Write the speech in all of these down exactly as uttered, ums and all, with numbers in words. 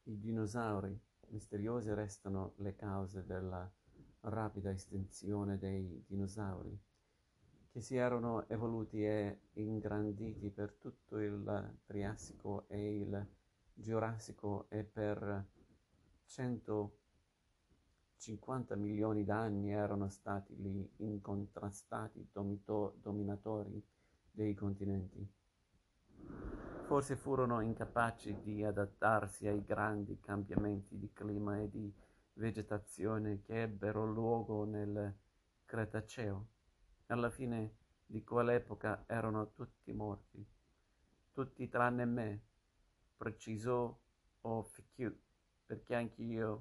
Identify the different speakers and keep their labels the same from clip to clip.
Speaker 1: I dinosauri misteriosi restano le cause della rapida estinzione dei dinosauri, che si erano evoluti e ingranditi per tutto il Triassico e il Giurassico e per centocinquanta milioni d'anni erano stati gli incontrastati domito- dominatori dei continenti. Forse furono incapaci di adattarsi ai grandi cambiamenti di clima e di vegetazione che ebbero luogo nel Cretaceo. Alla fine di quell'epoca erano tutti morti, tutti tranne me, precisò O'Ficq, perché anch'io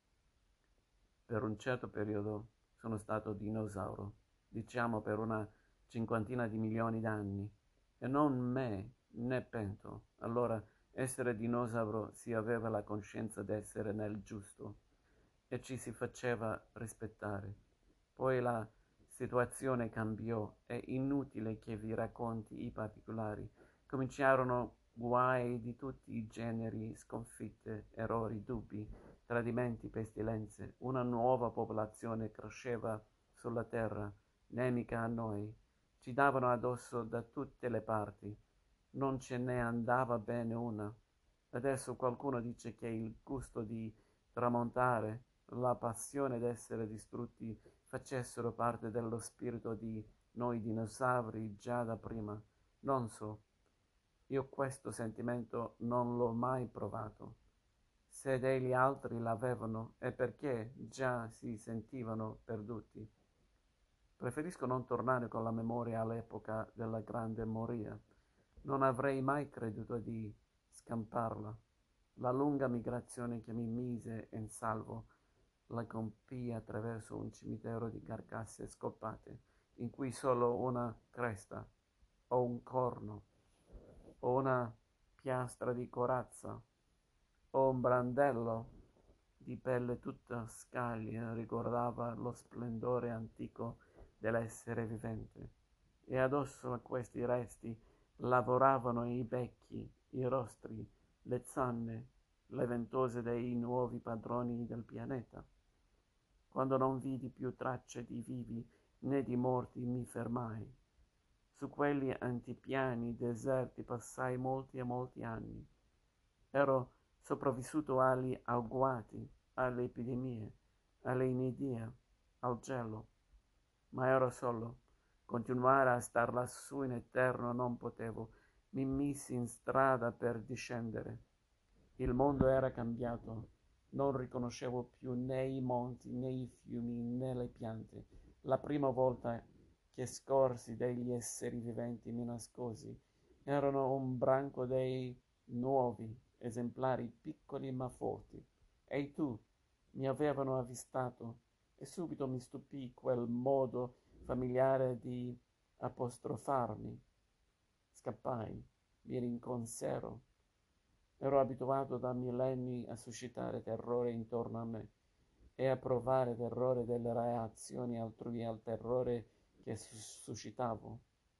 Speaker 1: per un certo periodo sono stato dinosauro, diciamo per una cinquantina di milioni d'anni, e non me ne pento. Allora essere dinosauro si aveva la coscienza d'essere nel giusto e ci si faceva rispettare. Poi la situazione cambiò, è inutile che vi racconti i particolari. Cominciarono guai di tutti i generi, sconfitte, errori, dubbi, tradimenti, pestilenze. Una nuova popolazione cresceva sulla terra, nemica a noi. Ci davano addosso da tutte le parti. Non ce ne andava bene una. Adesso qualcuno dice che il gusto di tramontare, la passione d'essere distrutti facessero parte dello spirito di noi dinosauri già da prima. Non so, io questo sentimento non l'ho mai provato. Se degli altri l'avevano, è perché già si sentivano perduti. Preferisco non tornare con la memoria all'epoca della grande moria. Non avrei mai creduto di scamparla. La lunga migrazione che mi mise in salvo la compii attraverso un cimitero di carcasse scopate, in cui solo una cresta, o un corno, o una piastra di corazza, o un brandello di pelle tutta scaglia ricordava lo splendore antico dell'essere vivente. E addosso a questi resti lavoravano i becchi, i rostri, le zanne, le ventose dei nuovi padroni del pianeta. Quando non vidi più tracce di vivi né di morti mi fermai. Su quegli antipiani deserti passai molti e molti anni. Ero sopravvissuto agli agguati, alle epidemie, alle inedia, al gelo, ma ero solo. Continuare a star lassù in eterno non potevo. Mi misi in strada per discendere. Il mondo era cambiato. Non riconoscevo più né i monti, né i fiumi, né le piante. La prima volta che scorsi degli esseri viventi mi nascosi. Erano un branco dei nuovi, esemplari piccoli ma forti. Ehi tu, mi avevano avvistato e subito mi stupì quel modo familiare di apostrofarmi. Scappai, mi rinconsero. Ero abituato da millenni a suscitare terrore intorno a me e a provare terrore delle reazioni altrui al terrore che suscitavo.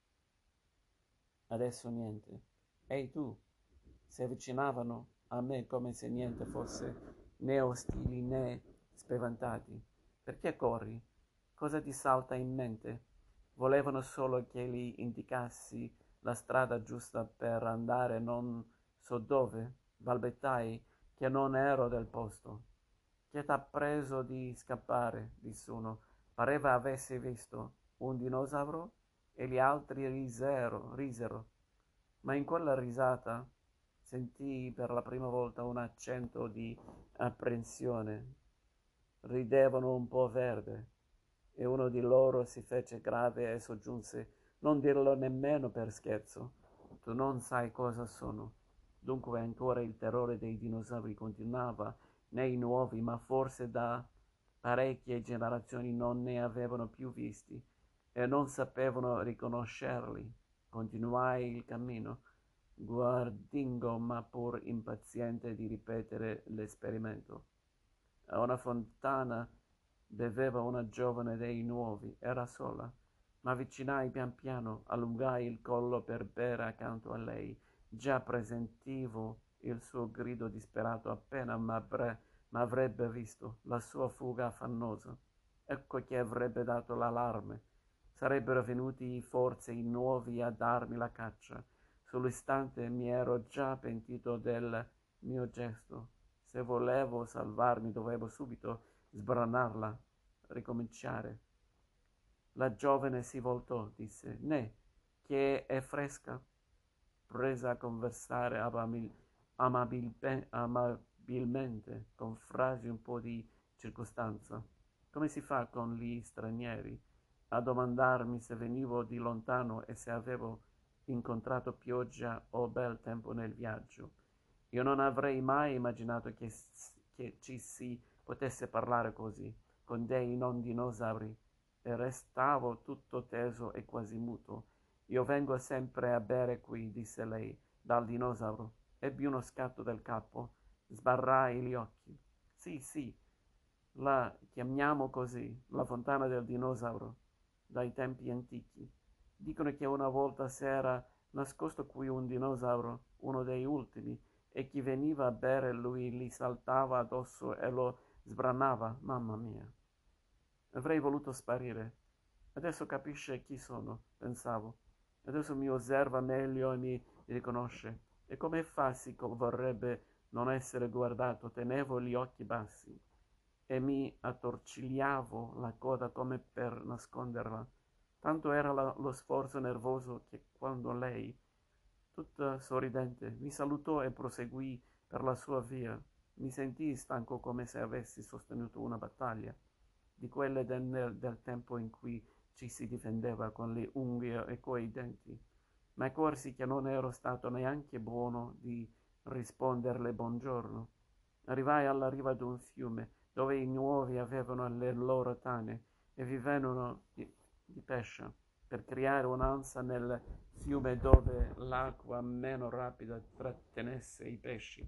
Speaker 1: Adesso niente. Ehi tu, si avvicinavano a me come se niente fosse né ostili né spaventati. Perché corri? Cosa ti salta in mente? Volevano solo che gli indicassi la strada giusta per andare non so dove. Balbettai che non ero del posto. Che t'ha preso di scappare? Disse uno. Pareva avessi visto un dinosauro e gli altri risero, risero. Ma in quella risata sentii per la prima volta un accento di apprensione. Ridevano un po' verde e uno di loro si fece grave e soggiunse: non dirlo nemmeno per scherzo, tu non sai cosa sono. Dunque ancora il terrore dei dinosauri continuava nei nuovi, ma forse da parecchie generazioni non ne avevano più visti e non sapevano riconoscerli. Continuai il cammino, guardingo ma pur impaziente di ripetere l'esperimento. A una fontana beveva una giovane dei nuovi, era sola. M'avvicinai pian piano, allungai il collo per bere accanto a lei. Già presentivo il suo grido disperato appena m'avrebbe visto, la sua fuga affannosa. Ecco che avrebbe dato l'allarme. Sarebbero venuti forse i nuovi a darmi la caccia. Sull'istante mi ero già pentito del mio gesto. Se volevo salvarmi dovevo subito sbranarla, ricominciare. La giovane si voltò, disse: «Ne, che è fresca?» Presa a conversare amabil- amabilbe- amabilmente, con frasi un po' di circostanza, come si fa con gli stranieri, a domandarmi se venivo di lontano e se avevo incontrato pioggia o bel tempo nel viaggio. Io non avrei mai immaginato che, che ci si potesse parlare così, con dei non dinosauri, e restavo tutto teso e quasi muto. «Io vengo sempre a bere qui», disse lei, «dal dinosauro». Ebbi uno scatto del capo, sbarrai gli occhi. «Sì, sì, la chiamiamo così, la fontana del dinosauro, dai tempi antichi. Dicono che una volta s'era nascosto qui un dinosauro, uno dei ultimi, e chi veniva a bere lui gli saltava addosso e lo sbranava. Mamma mia. Avrei voluto sparire. Adesso capisce chi sono, pensavo. Adesso mi osserva meglio e mi riconosce. E come fa si vorrebbe non essere guardato? Tenevo gli occhi bassi e mi attorcigliavo la coda come per nasconderla. Tanto era la, lo sforzo nervoso che quando lei, tutta sorridente, mi salutò e proseguì per la sua via, mi sentii stanco come se avessi sostenuto una battaglia, di quelle del, del tempo in cui ci si difendeva con le unghie e coi denti. Ma accorsi che non ero stato neanche buono di risponderle buongiorno. Arrivai alla riva d'un fiume, dove i nuovi avevano le loro tane e vivevano di, di pesce, per creare un'ansa nel fiume dove l'acqua meno rapida trattenesse i pesci.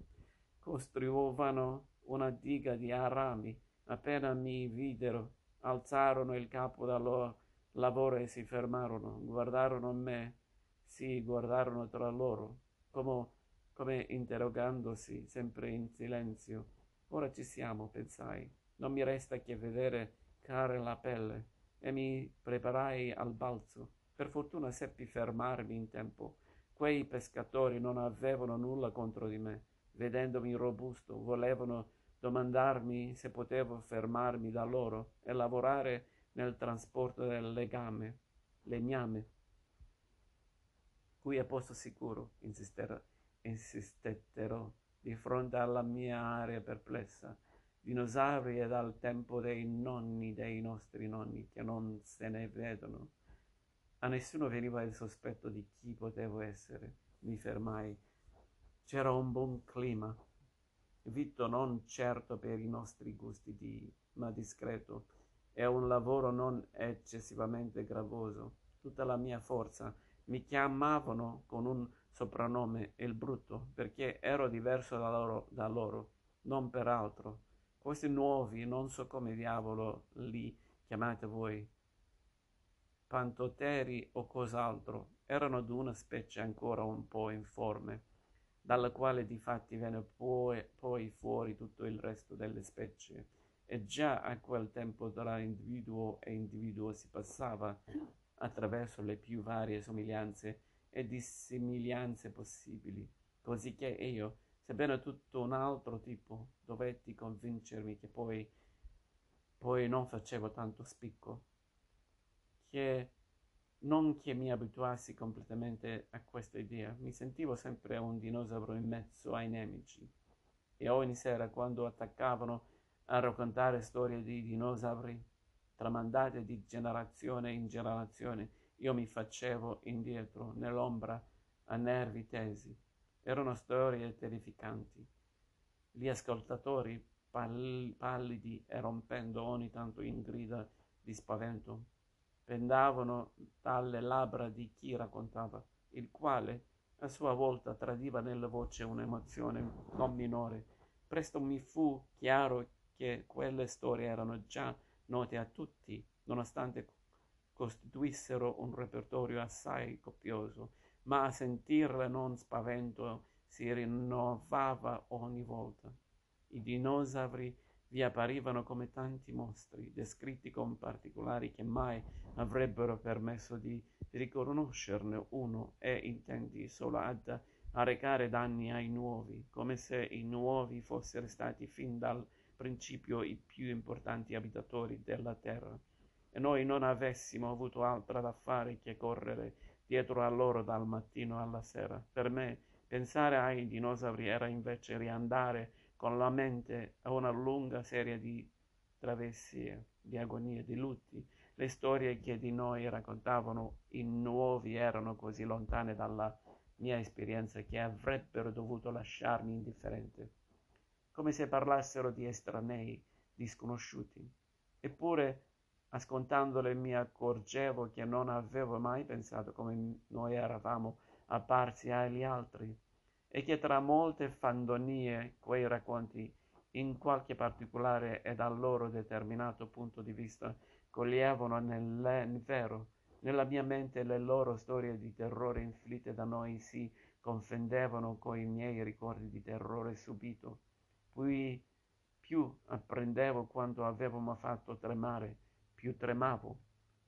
Speaker 1: Costruivano una diga di rami. Appena mi videro, alzarono il capo dal loro lavoro e si fermarono, guardarono me, si guardarono tra loro, come, come interrogandosi, sempre in silenzio. Ora ci siamo, pensai. Non mi resta che vedere care la pelle, e mi preparai al balzo. Per fortuna seppi fermarmi in tempo. Quei pescatori non avevano nulla contro di me. Vedendomi robusto, volevano domandarmi se potevo fermarmi da loro e lavorare nel trasporto del legame, legname. Qui è posto sicuro, insistetterò, di fronte alla mia aria perplessa. Dinosauri è dal tempo dei nonni dei nostri nonni, che non se ne vedono. A nessuno veniva il sospetto di chi potevo essere. Mi fermai. C'era un buon clima. Vitto non certo per i nostri gusti, di, ma discreto, e un lavoro non eccessivamente gravoso. Tutta la mia forza. Mi chiamavano con un soprannome, il brutto, perché ero diverso da loro, da loro, non per altro. Questi nuovi, non so come diavolo li chiamate voi, pantoteri o cos'altro, erano d'una specie ancora un po' informe, dalla quale difatti venne poi, poi fuori tutto il resto delle specie, e già a quel tempo tra individuo e individuo si passava attraverso le più varie somiglianze e dissimiglianze possibili, così che io, sebbene tutto un altro tipo, dovetti convincermi che poi, poi non facevo tanto spicco, che non che mi abituassi completamente a questa idea. Mi sentivo sempre un dinosauro in mezzo ai nemici, e ogni sera, quando attaccavano a raccontare storie di dinosauri tramandate di generazione in generazione, io mi facevo indietro nell'ombra a nervi tesi. Erano storie terrificanti. Gli ascoltatori, pall- pallidi e rompendo ogni tanto in grida di spavento, pendavano dalle labbra di chi raccontava, il quale a sua volta tradiva nella voce un'emozione non minore. Presto mi fu chiaro che quelle storie erano già note a tutti, nonostante costituissero un repertorio assai copioso, ma a sentirle non spavento si rinnovava ogni volta. I dinosauri vi apparivano come tanti mostri, descritti con particolari che mai avrebbero permesso di riconoscerne uno e intenti solo ad arrecare danni ai nuovi, come se i nuovi fossero stati fin dal principio i più importanti abitatori della terra, e noi non avessimo avuto altro da fare che correre dietro a loro dal mattino alla sera. Per me, pensare ai dinosauri era invece riandare con la mente a una lunga serie di travessie, di agonie, di lutti. Le storie che di noi raccontavano i nuovi erano così lontane dalla mia esperienza che avrebbero dovuto lasciarmi indifferente, come se parlassero di estranei, di sconosciuti. Eppure, ascoltandole, mi accorgevo che non avevo mai pensato come noi eravamo apparsi agli altri, e che tra molte fandonie quei racconti, in qualche particolare e dal loro determinato punto di vista, coglievano nel vero. Nella mia mente le loro storie di terrore inflitte da noi si confondevano coi miei ricordi di terrore subito. Poi più apprendevo quanto avevamo fatto tremare, più tremavo.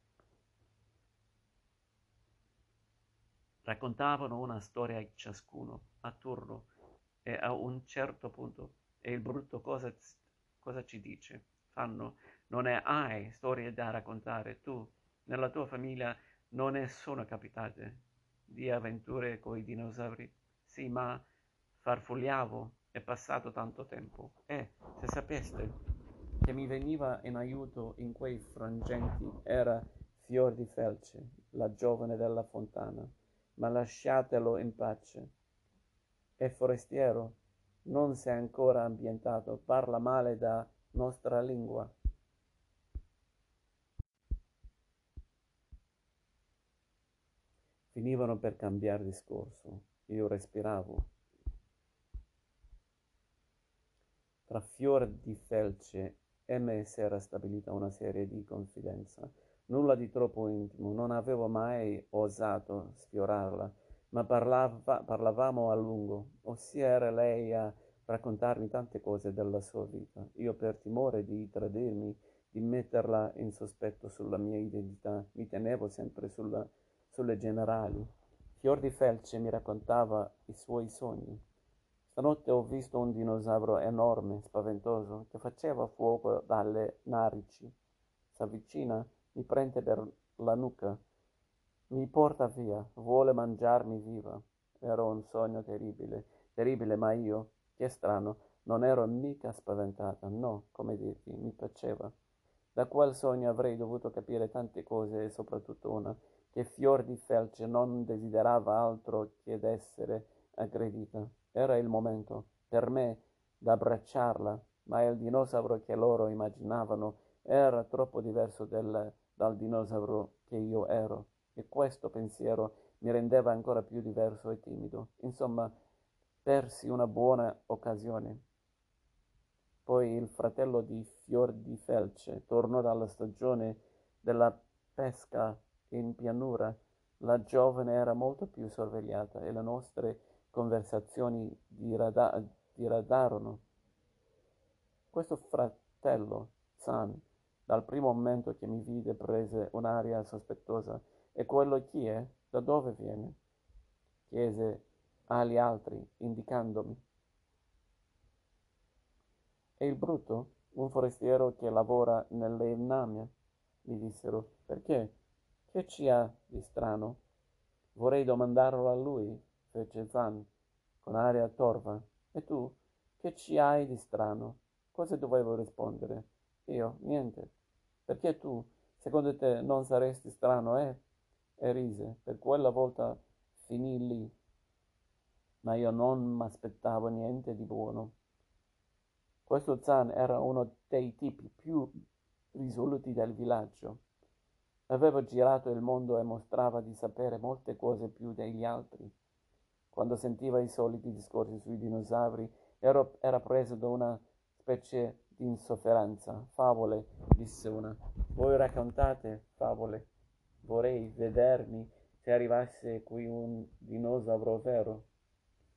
Speaker 1: Raccontavano una storia ciascuno, a turno, e a un certo punto, e il brutto cosa, cosa ci dice? Fanno, non ne hai storie da raccontare, tu, nella tua famiglia non ne sono capitate di avventure coi dinosauri? Sì, ma farfugliavo, è passato tanto tempo, e se sapeste che mi veniva in aiuto in quei frangenti era Fior di Felce, la giovane della fontana. Ma lasciatelo in pace. È forestiero, non si è ancora ambientato, parla male da nostra lingua. Finivano per cambiare discorso. Io respiravo. Tra Fior di Felce e me si era stabilita una serie di confidenza. Nulla di troppo intimo, non avevo mai osato sfiorarla, ma parlava, parlavamo a lungo, ossia era lei a raccontarmi tante cose della sua vita. Io, per timore di tradirmi, di metterla in sospetto sulla mia identità, mi tenevo sempre sulla, sulle generali. Fior di Felce mi raccontava i suoi sogni. Stanotte ho visto un dinosauro enorme, spaventoso, che faceva fuoco dalle narici. S'avvicina, mi prende per la nuca, mi porta via, vuole mangiarmi viva. Era un sogno terribile, terribile, ma io, che strano, non ero mica spaventata, no, come dirti, mi piaceva. Da quel sogno avrei dovuto capire tante cose e soprattutto una, che Fior di Felce non desiderava altro che d'essere aggredita. Era il momento, per me, d'abbracciarla, ma il dinosauro che loro immaginavano era troppo diverso del, dal dinosauro che io ero, e questo pensiero mi rendeva ancora più diverso e timido. Insomma, persi una buona occasione. Poi il fratello di Fior di Felce tornò dalla stagione della pesca in pianura. La giovane era molto più sorvegliata e le nostre conversazioni dirada- diradarono. Questo fratello, San, dal primo momento che mi vide prese un'aria sospettosa. E quello chi è? Da dove viene? Chiese agli altri, indicandomi. E il brutto? Un forestiero che lavora nell'Ennamia, mi dissero. Perché? Che ci ha di strano? Vorrei domandarlo a lui, fece Zan, con aria torva. E tu? Che ci hai di strano? Cosa dovevo rispondere? Io? Niente. Perché tu, secondo te, non saresti strano, eh? E rise. Per quella volta finì lì. Ma io non m'aspettavo niente di buono. Questo Zan era uno dei tipi più risoluti del villaggio. Aveva girato il mondo e mostrava di sapere molte cose più degli altri. Quando sentiva i soliti discorsi sui dinosauri, ero, era preso da una specie di insofferenza. Favole, disse una. Voi raccontate favole. Vorrei vedermi se arrivasse qui un dinosauro vero.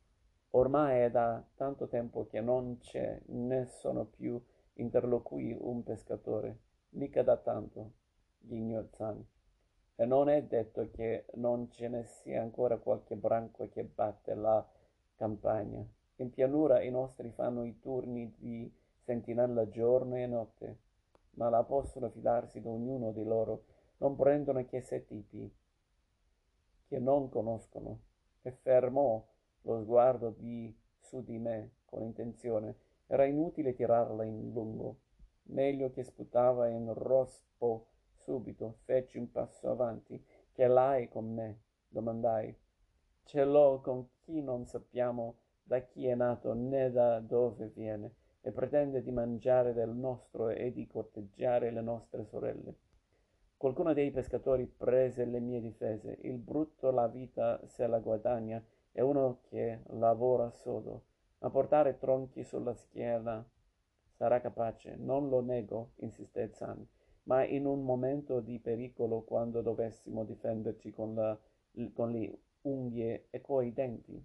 Speaker 1: Ormai è da tanto tempo che non c'è né sono più interloquì un pescatore, mica da tanto, ghignò Zan. E non è detto che non ce ne sia ancora qualche branco che batte la campagna. In pianura i nostri fanno i turni di sentinella giorno e notte, ma la possono fidarsi di ognuno di loro. Non prendono che sei tipi che non conoscono. E fermò lo sguardo di su di me con intenzione. Era inutile tirarla in lungo. Meglio che sputava in rospo subito. Feci un passo avanti. Che l'hai con me? Domandai. Ce l'ho con chi non sappiamo da chi è nato né da dove viene e pretende di mangiare del nostro e di corteggiare le nostre sorelle. Qualcuno dei pescatori prese le mie difese. Il brutto la vita se la guadagna, è uno che lavora sodo, ma portare tronchi sulla schiena sarà capace, non lo nego, insisté Zan, ma in un momento di pericolo, quando dovessimo difenderci con, la, con le unghie e coi denti,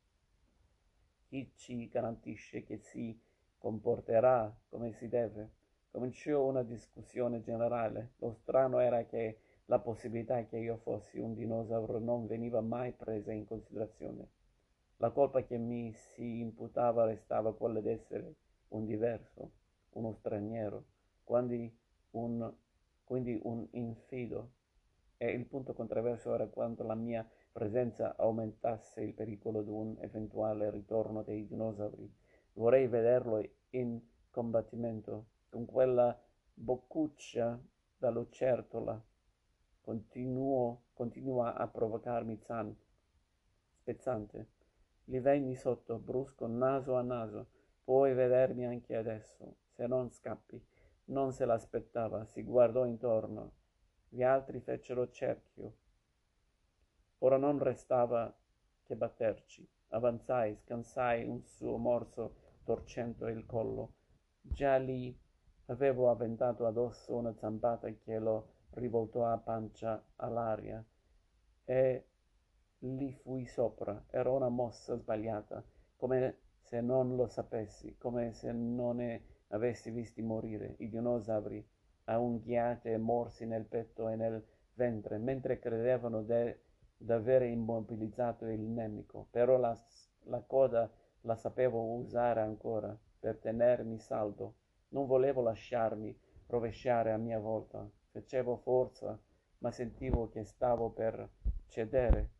Speaker 1: chi ci garantisce che si comporterà come si deve? Cominciò una discussione generale. Lo strano era che la possibilità che io fossi un dinosauro non veniva mai presa in considerazione. La colpa che mi si imputava restava quella d'essere un diverso, uno straniero, quindi un, quindi un infido. E il punto controverso era quanto la mia presenza aumentasse il pericolo di un eventuale ritorno dei dinosauri. Vorrei vederlo in combattimento con quella boccuccia da lucertola. Continuò, continua a provocarmi Zan, spezzante. Gli venni sotto, brusco, naso a naso. Puoi vedermi anche adesso, se non scappi. Non se l'aspettava, si guardò intorno. Gli altri fecero cerchio. Ora non restava che batterci. Avanzai, scansai un suo morso torcendo il collo. Già lì avevo avventato addosso una zampata che lo rivoltò a pancia all'aria e gli fui sopra. Era una mossa sbagliata, come se non lo sapessi, come se non ne avessi visti morire i dinosauri a unghiate e morsi nel petto e nel ventre, mentre credevano de- d'aver immobilizzato il nemico. Però la, la coda la sapevo usare ancora per tenermi saldo. Non volevo lasciarmi rovesciare a mia volta. Facevo forza, ma sentivo che stavo per cedere.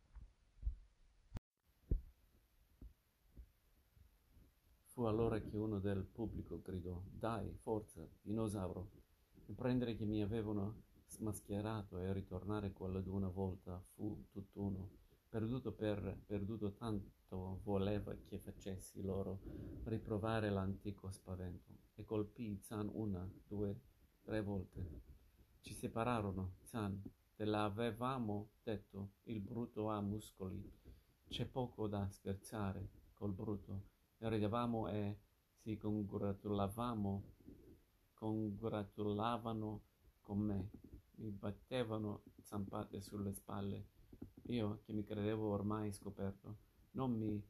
Speaker 1: Fu allora che uno del pubblico gridò: Dai, forza, dinosauro! E prendere che mi avevano smascherato e ritornare quello d'una volta fu tutt'uno. Perduto per perduto tanto voleva che facessi loro riprovare l'antico spavento. E colpì Zan una, due, tre volte. Ci separarono, Zan. Te l'avevamo detto, il brutto ha muscoli. C'è poco da scherzare col brutto. E ridevamo e si congratulavamo, congratulavano con me. Mi battevano zampate sulle spalle. Io, che mi credevo ormai scoperto, non mi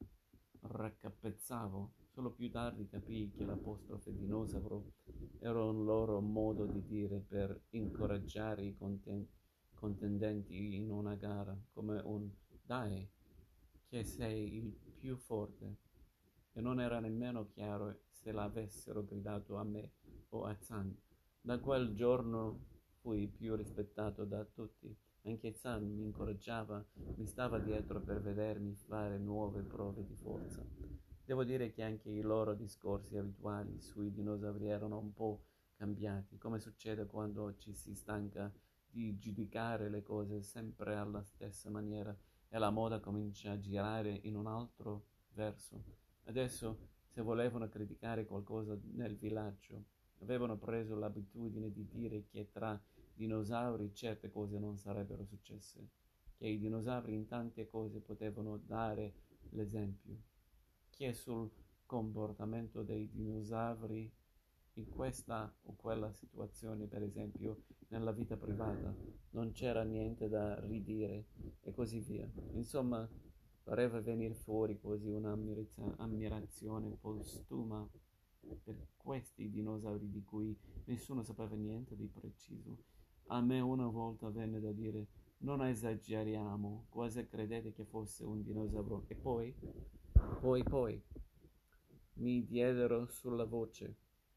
Speaker 1: raccapezzavo. Solo più tardi capii che l'apostrofe dinosauro era un loro modo di dire per incoraggiare i conten- contendenti in una gara, come un dai, che sei il più forte. E non era nemmeno chiaro se l'avessero gridato a me o a Zan. Da quel giorno fui più rispettato da tutti. Anche Zan mi incoraggiava, mi stava dietro per vedermi fare nuove prove di forza. Devo dire che anche i loro discorsi abituali sui dinosauri erano un po' cambiati, come succede quando ci si stanca di giudicare le cose sempre alla stessa maniera e la moda comincia a girare in un altro verso. Adesso, se volevano criticare qualcosa nel villaggio, avevano preso l'abitudine di dire che tra dinosauri certe cose non sarebbero successe, che i dinosauri in tante cose potevano dare l'esempio, che sul comportamento dei dinosauri in questa o quella situazione, per esempio nella vita privata, non c'era niente da ridire e così via. Insomma, Pareva venir fuori così un'ammirazione postuma per questi dinosauri di cui nessuno sapeva niente di preciso. A me una volta venne da dire: non esageriamo, cosa credete che fosse un dinosauro? E poi, poi, poi, mi diedero sulla voce.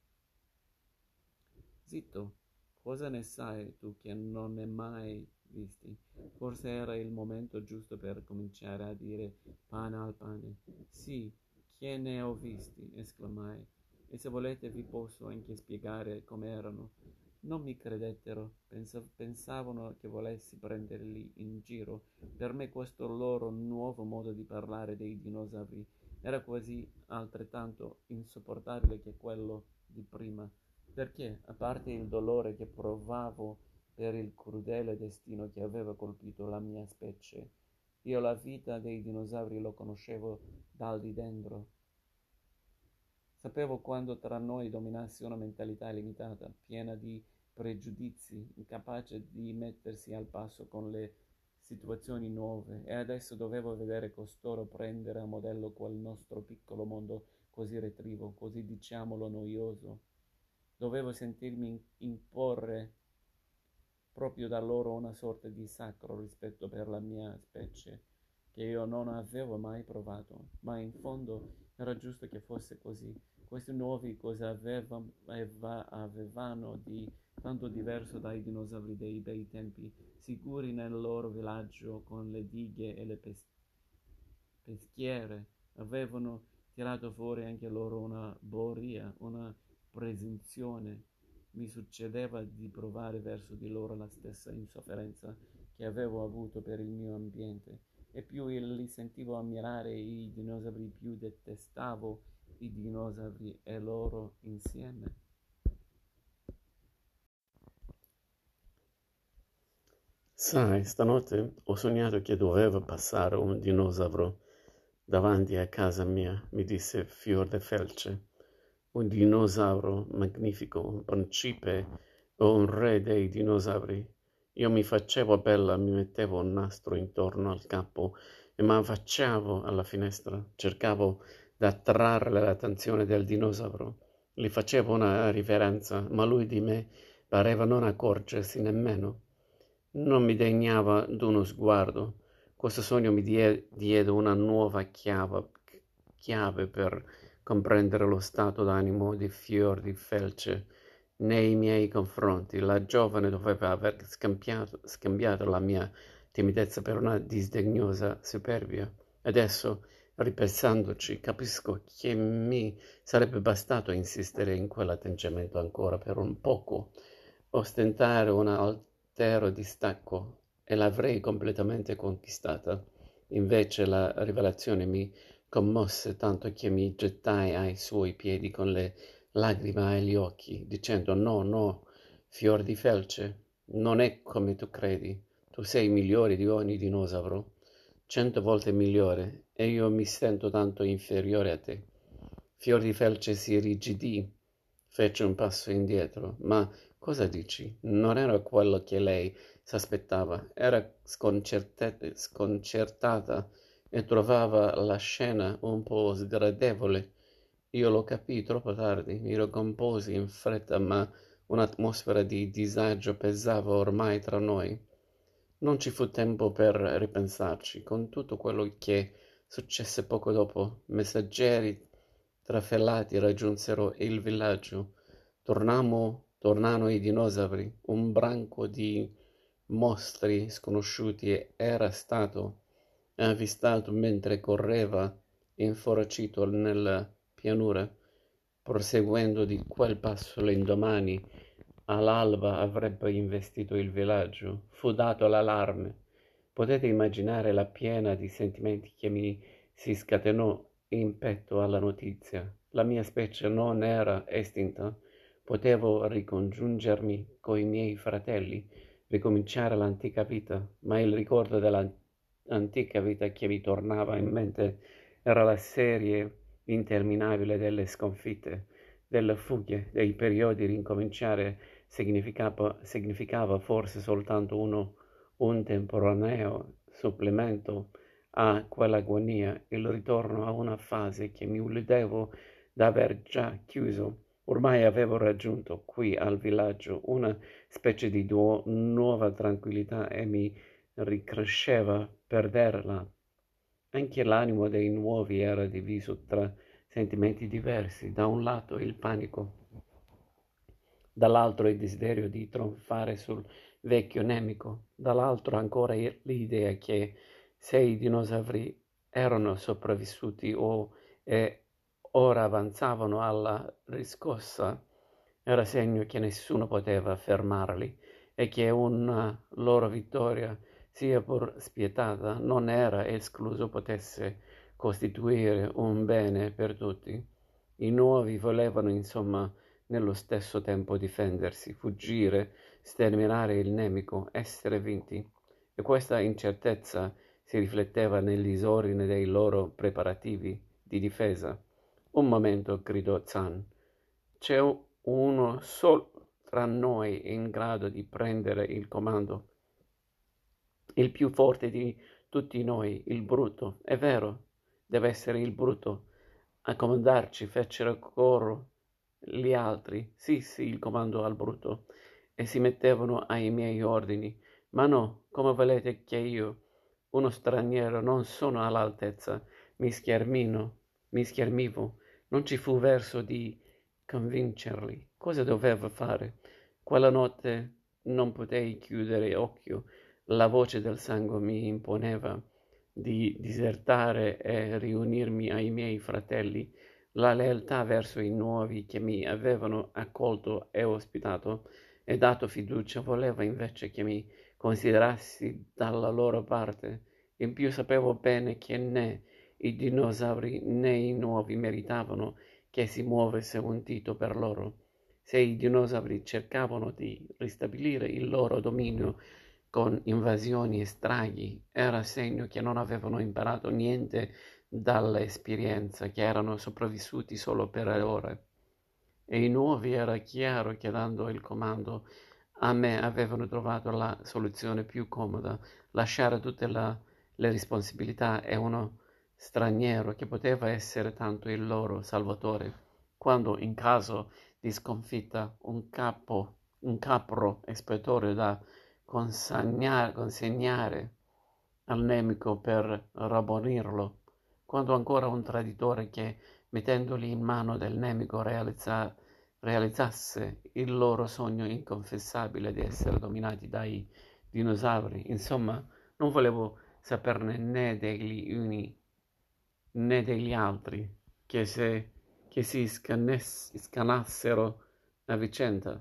Speaker 1: Zitto, cosa ne sai tu che non ne hai mai visti? Forse era il momento giusto per cominciare a dire pane al pane. Sì, che ne ho visti, esclamai, e se volete vi posso anche spiegare com'erano. Non mi credettero, Pensa- pensavano che volessi prenderli in giro. Per me questo loro nuovo modo di parlare dei dinosauri era quasi altrettanto insopportabile che quello di prima, perché, a parte il dolore che provavo per il crudele destino che aveva colpito la mia specie, io la vita dei dinosauri lo conoscevo dal di dentro. Sapevo quando tra noi dominasse una mentalità limitata, piena di pregiudizi, incapace di mettersi al passo con le situazioni nuove, e adesso dovevo vedere costoro prendere a modello quel nostro piccolo mondo così retrivo, così diciamolo noioso. Dovevo sentirmi imporre proprio da loro una sorta di sacro rispetto per la mia specie, che io non avevo mai provato, ma in fondo era giusto che fosse così. Questi nuovi cosa aveva, aveva- avevano di tanto diverso dai dinosauri dei bei tempi, sicuri nel loro villaggio con le dighe e le pes- peschiere? Avevano tirato fuori anche loro una boria, una presunzione. Mi succedeva di provare verso di loro la stessa insofferenza che avevo avuto per il mio ambiente, e più li sentivo ammirare i dinosauri, più detestavo i dinosauri e loro insieme.
Speaker 2: Sai, stanotte ho sognato che doveva passare un dinosauro davanti a casa mia, mi disse Fior de Felce. Un dinosauro magnifico, un principe o un re dei dinosauri. Io mi facevo bella, mi mettevo un nastro intorno al capo e mi affacciavo alla finestra, cercavo di attrarre l'attenzione del dinosauro. Gli facevo una riverenza, ma lui di me pareva non accorgersi nemmeno. Non mi degnava d'uno sguardo. Questo sogno mi die- diede una nuova chiave, chiave per comprendere lo stato d'animo di Fior di Felce nei miei confronti. La giovane doveva aver scambiato, scambiato la mia timidezza per una disdegnosa superbia. Adesso, ripensandoci, capisco che mi sarebbe bastato insistere in quell'atteggiamento ancora per un poco, ostentare un altero distacco, e l'avrei completamente conquistata. Invece la rivelazione mi commosse tanto che mi gettai ai suoi piedi con le lacrime agli occhi, dicendo: no, no, fior di felce, non è come tu credi. Tu sei migliore di ogni dinosauro, cento volte migliore, e io mi sento tanto inferiore a te. Fior di felce si irrigidì, fece un passo indietro. Ma cosa dici? Non era quello che lei s'aspettava. Era sconcerta- sconcertata e trovava la scena un po' sgradevole. Io lo capii troppo tardi, mi ricomposi in fretta, ma un'atmosfera di disagio pesava ormai tra noi. Non ci fu tempo per ripensarci. Con tutto quello che successe poco dopo, messaggeri trafellati raggiunsero il villaggio. Tornammo, tornarono i dinosauri, un branco di mostri sconosciuti era stato avvistato mentre correva inferocito nella pianura. Proseguendo di quel passo l'indomani, all'alba avrebbe investito il villaggio. Fu dato l'allarme. Potete immaginare la piena di sentimenti che mi si scatenò in petto alla notizia. La mia specie non era estinta. Potevo ricongiungermi coi miei fratelli, ricominciare l'antica vita, ma il ricordo dell'antica vita che mi tornava in mente era la serie interminabile delle sconfitte, delle fughe, dei periodi. Ricominciare significava, significava forse soltanto uno, un temporaneo supplemento a quell'agonia, il ritorno a una fase che mi illudevo d'aver già chiuso. Ormai avevo raggiunto qui al villaggio una specie di duo- nuova tranquillità e mi ricresceva perderla. Anche l'animo dei nuovi era diviso tra sentimenti diversi. Da un lato il panico, dall'altro il desiderio di trionfare sul vecchio nemico, dall'altro ancora l'idea che se i dinosauri erano sopravvissuti o e ora avanzavano alla riscossa, era segno che nessuno poteva fermarli e che una loro vittoria, sia pur spietata, non era escluso potesse costituire un bene per tutti. I nuovi volevano, insomma, nello stesso tempo difendersi, fuggire, sterminare il nemico, essere vinti. E questa incertezza si rifletteva nel disordine dei loro preparativi di difesa. Un momento, gridò Zan. C'è uno solo tra noi in grado di prendere il comando. Il più forte di tutti noi, il brutto. È vero, deve essere il brutto. A comandarci fecero coro gli altri. Sì, sì, il comando al brutto. E si mettevano ai miei ordini. Ma no, come volete che io, uno straniero, non sono all'altezza. Mi schermino, mi schermivo. Non ci fu verso di convincerli. Cosa dovevo fare? Quella notte non potei chiudere occhio. La voce del sangue mi imponeva di disertare e riunirmi ai miei fratelli. La lealtà verso i nuovi che mi avevano accolto e ospitato e dato fiducia voleva invece che mi considerassi dalla loro parte. In più sapevo bene che né i dinosauri né i nuovi meritavano che si muovesse un dito per loro. Se i dinosauri cercavano di ristabilire il loro dominio con invasioni e stragi, era segno che non avevano imparato niente dall'esperienza, che erano sopravvissuti solo per ore. E i nuovi era chiaro che dando il comando a me avevano trovato la soluzione più comoda, lasciare tutte la, le responsabilità a uno straniero che poteva essere tanto il loro salvatore, quando in caso di sconfitta un capo, un capro espiatorio da consegnare, consegnare al nemico per rabbonirlo, quando ancora un traditore che, mettendoli in mano del nemico, realizza, realizzasse il loro sogno inconfessabile di essere dominati dai dinosauri. Insomma, non volevo saperne né degli uni né degli altri, che, se, che si scannes, scanassero a vicenda.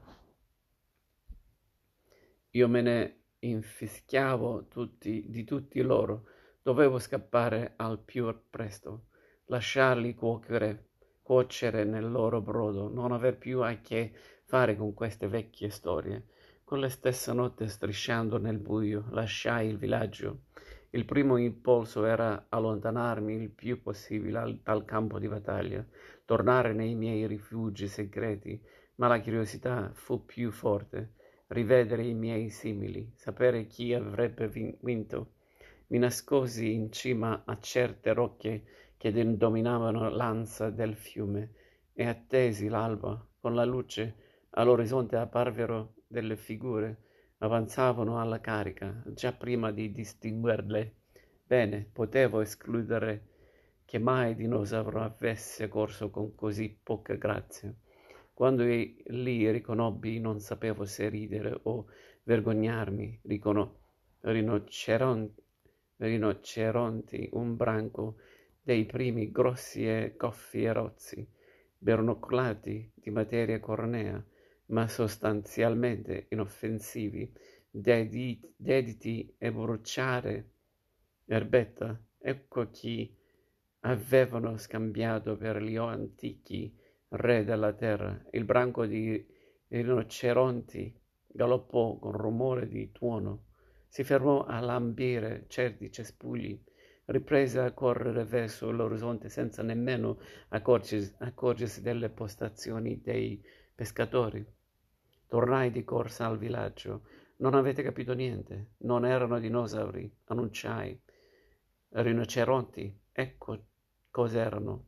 Speaker 2: Io me ne infischiavo tutti, di tutti loro, dovevo scappare al più presto, lasciarli cuocere, cuocere nel loro brodo, non aver più a che fare con queste vecchie storie. Quella stessa notte, strisciando nel buio, lasciai il villaggio. Il primo impulso era allontanarmi il più possibile al, dal campo di battaglia, tornare nei miei rifugi segreti, ma la curiosità fu più forte. Rivedere i miei simili, sapere chi avrebbe vinto. Mi nascosi in cima a certe rocce che dominavano l'ansa del fiume e attesi l'alba. Con la luce all'orizzonte apparvero delle figure, avanzavano alla carica, già prima di distinguerle bene, potevo escludere che mai dinosauro avesse corso con così poca grazia. Quando li riconobbi non sapevo se ridere o vergognarmi. Ricono- rinoceron- rinoceronti, un branco dei primi grossi e goffi e rozzi, bernoccoliati di materia cornea, ma sostanzialmente inoffensivi, dedi- dediti a bruciare erbetta. Ecco chi avevano scambiato per gli antichi re della terra. Il branco di rinoceronti galoppò con rumore di tuono, si fermò a lambire certi cespugli, riprese a correre verso l'orizzonte senza nemmeno accorgersi, accorgersi delle postazioni dei pescatori. Tornai di corsa al villaggio. Non avete capito niente, non erano dinosauri, annunciai. rinoceronti, ecco cos'erano.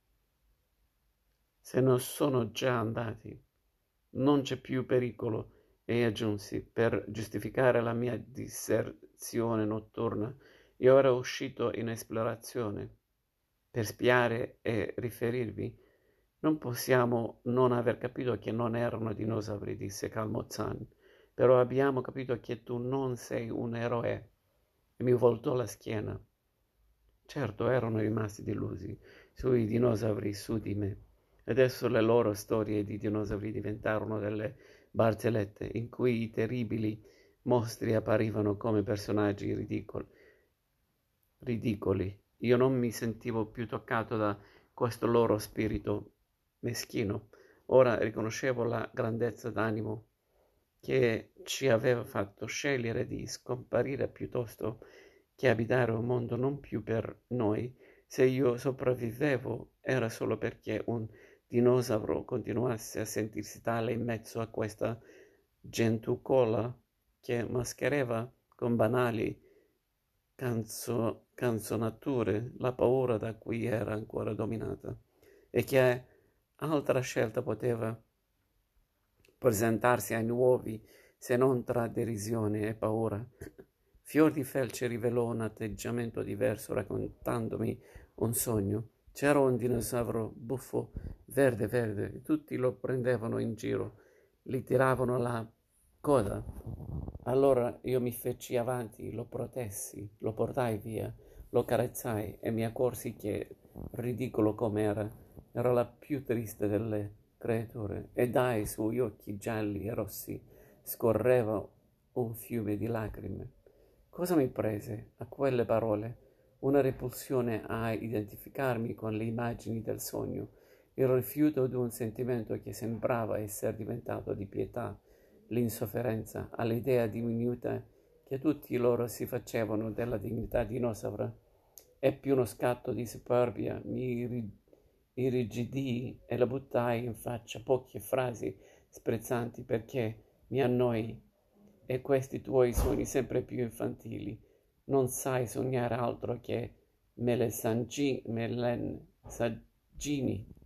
Speaker 2: Se non sono già andati, non c'è più pericolo, e aggiunsi, per giustificare la mia disserzione notturna. Io ero uscito in esplorazione per spiare e riferirvi. Non possiamo non aver capito che non erano dinosauri, disse Calmozan, però abbiamo capito che tu non sei un eroe. E mi voltò la schiena. Certo, erano rimasti delusi sui dinosauri su di me. Adesso le loro storie di dinosauri diventarono delle barzellette in cui i terribili mostri apparivano come personaggi ridicoli. ridicoli. Io non mi sentivo più toccato da questo loro spirito meschino. Ora riconoscevo la grandezza d'animo che ci aveva fatto scegliere di scomparire piuttosto che abitare un mondo non più per noi. Se io sopravvivevo era solo perché un dinosauro continuasse a sentirsi tale in mezzo a questa gentucola che mascherava con banali canzo- canzonature la paura da cui era ancora dominata, e che altra scelta poteva presentarsi ai nuovi se non tra derisione e paura. Fior di Felce rivelò un atteggiamento diverso raccontandomi un sogno. C'era un dinosauro buffo, verde verde, e tutti lo prendevano in giro, gli tiravano la coda. Allora io mi feci avanti, lo protessi, lo portai via, lo carezzai e mi accorsi che, ridicolo com'era, era la più triste delle creature, e dai suoi occhi gialli e rossi scorreva un fiume di lacrime. Cosa mi prese a quelle parole? Una repulsione a identificarmi con le immagini del sogno, il rifiuto di un sentimento che sembrava essere diventato di pietà, l'insofferenza all'idea diminuita che tutti loro si facevano della dignità dinosaura. Ebbi uno scatto di superbia, mi irrigidii e la buttai in faccia poche frasi sprezzanti perché mi annoi. E questi tuoi sogni sempre più infantili, non sai sognare altro che mele saggini